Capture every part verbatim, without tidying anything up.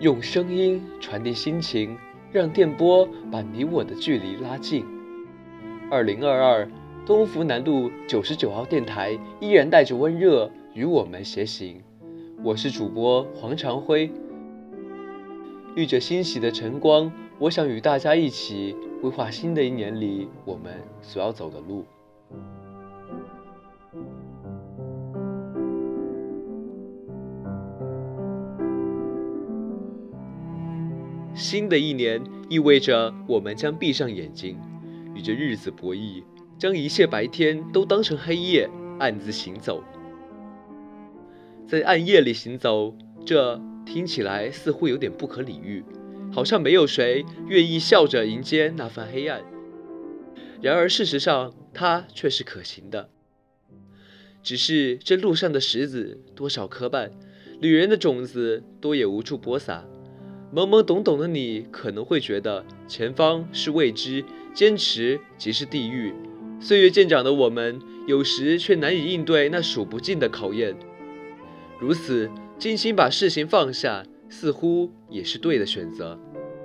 用声音传递心情，让电波把你我的距离拉近。二零二二东福南路九十九号电台依然带着温热与我们携行。我是主播黄长辉，遇着欣喜的晨光，我想与大家一起规划新的一年里我们所要走的路。新的一年意味着我们将闭上眼睛，与这日子博弈，将一切白天都当成黑夜，暗自行走。在暗夜里行走，这听起来似乎有点不可理喻，好像没有谁愿意笑着迎接那份黑暗。然而事实上，它却是可行的。只是这路上的石子多少颗半，旅人的种子多也无处播撒。懵懵懂懂的你可能会觉得前方是未知，坚持即是地狱。岁月渐长的我们，有时却难以应对那数不尽的考验。如此精心把事情放下，似乎也是对的选择。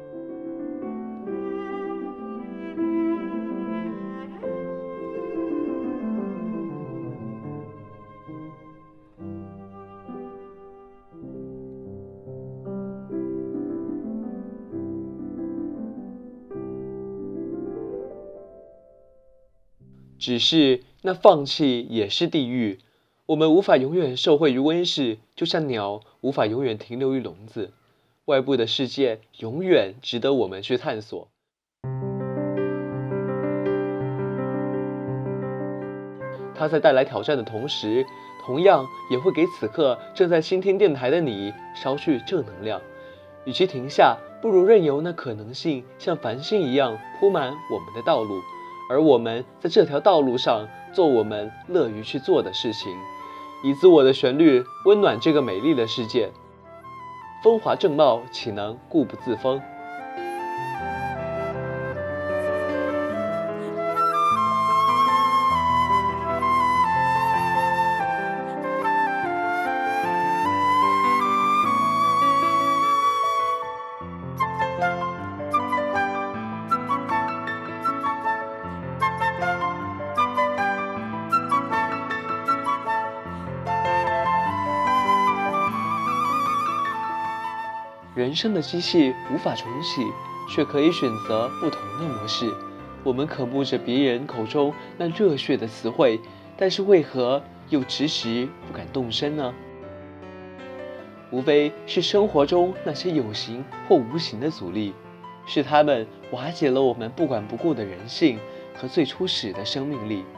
只是那放弃也是地狱，我们无法永远受惠于温室，就像鸟无法永远停留于笼子。外部的世界永远值得我们去探索。它在带来挑战的同时，同样也会给此刻正在倾听电台的你捎去正能量。与其停下，不如任由那可能性像繁星一样铺满我们的道路。而我们在这条道路上做我们乐于去做的事情，以自我的旋律温暖这个美丽的世界。风华正茂，岂能固不自封？人生的机器无法重启，却可以选择不同的模式。我们渴慕着别人口中那热血的词汇，但是为何又迟迟不敢动身呢？无非是生活中那些有形或无形的阻力，是他们瓦解了我们不管不顾的人性和最初始的生命力。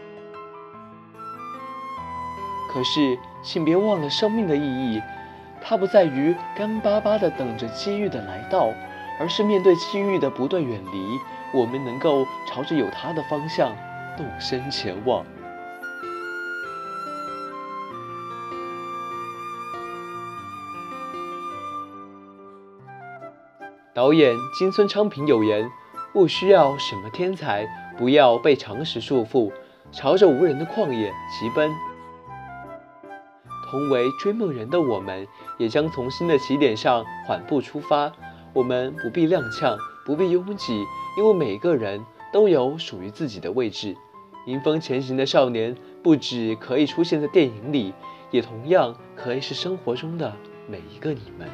可是，请别忘了生命的意义。它不在于干巴巴地等着机遇的来到，而是面对机遇的不断远离，我们能够朝着有它的方向动身前往。导演金村昌平有言：不需要什么天才，不要被常识束缚，朝着无人的旷野疾奔。同为追梦人的我们，也将从新的起点上缓步出发。我们不必踉跄，不必拥挤，因为每个人都有属于自己的位置。迎风前行的少年，不只可以出现在电影里，也同样可以是生活中的每一个你们。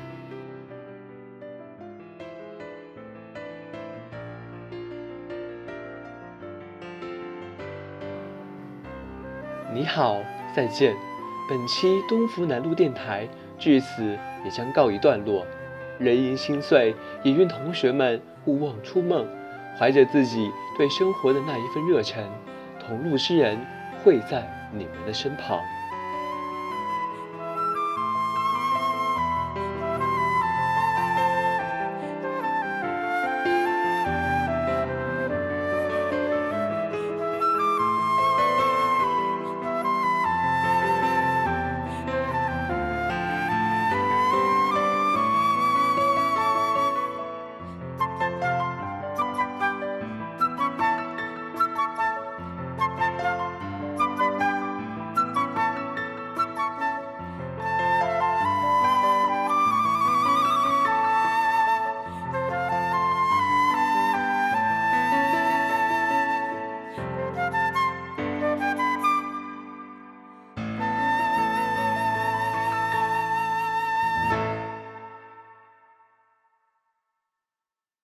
你好，再见。本期东福南路电台至此也将告一段落，人因心碎，也愿同学们勿忘初梦，怀着自己对生活的那一份热忱，同路之人会在你们的身旁。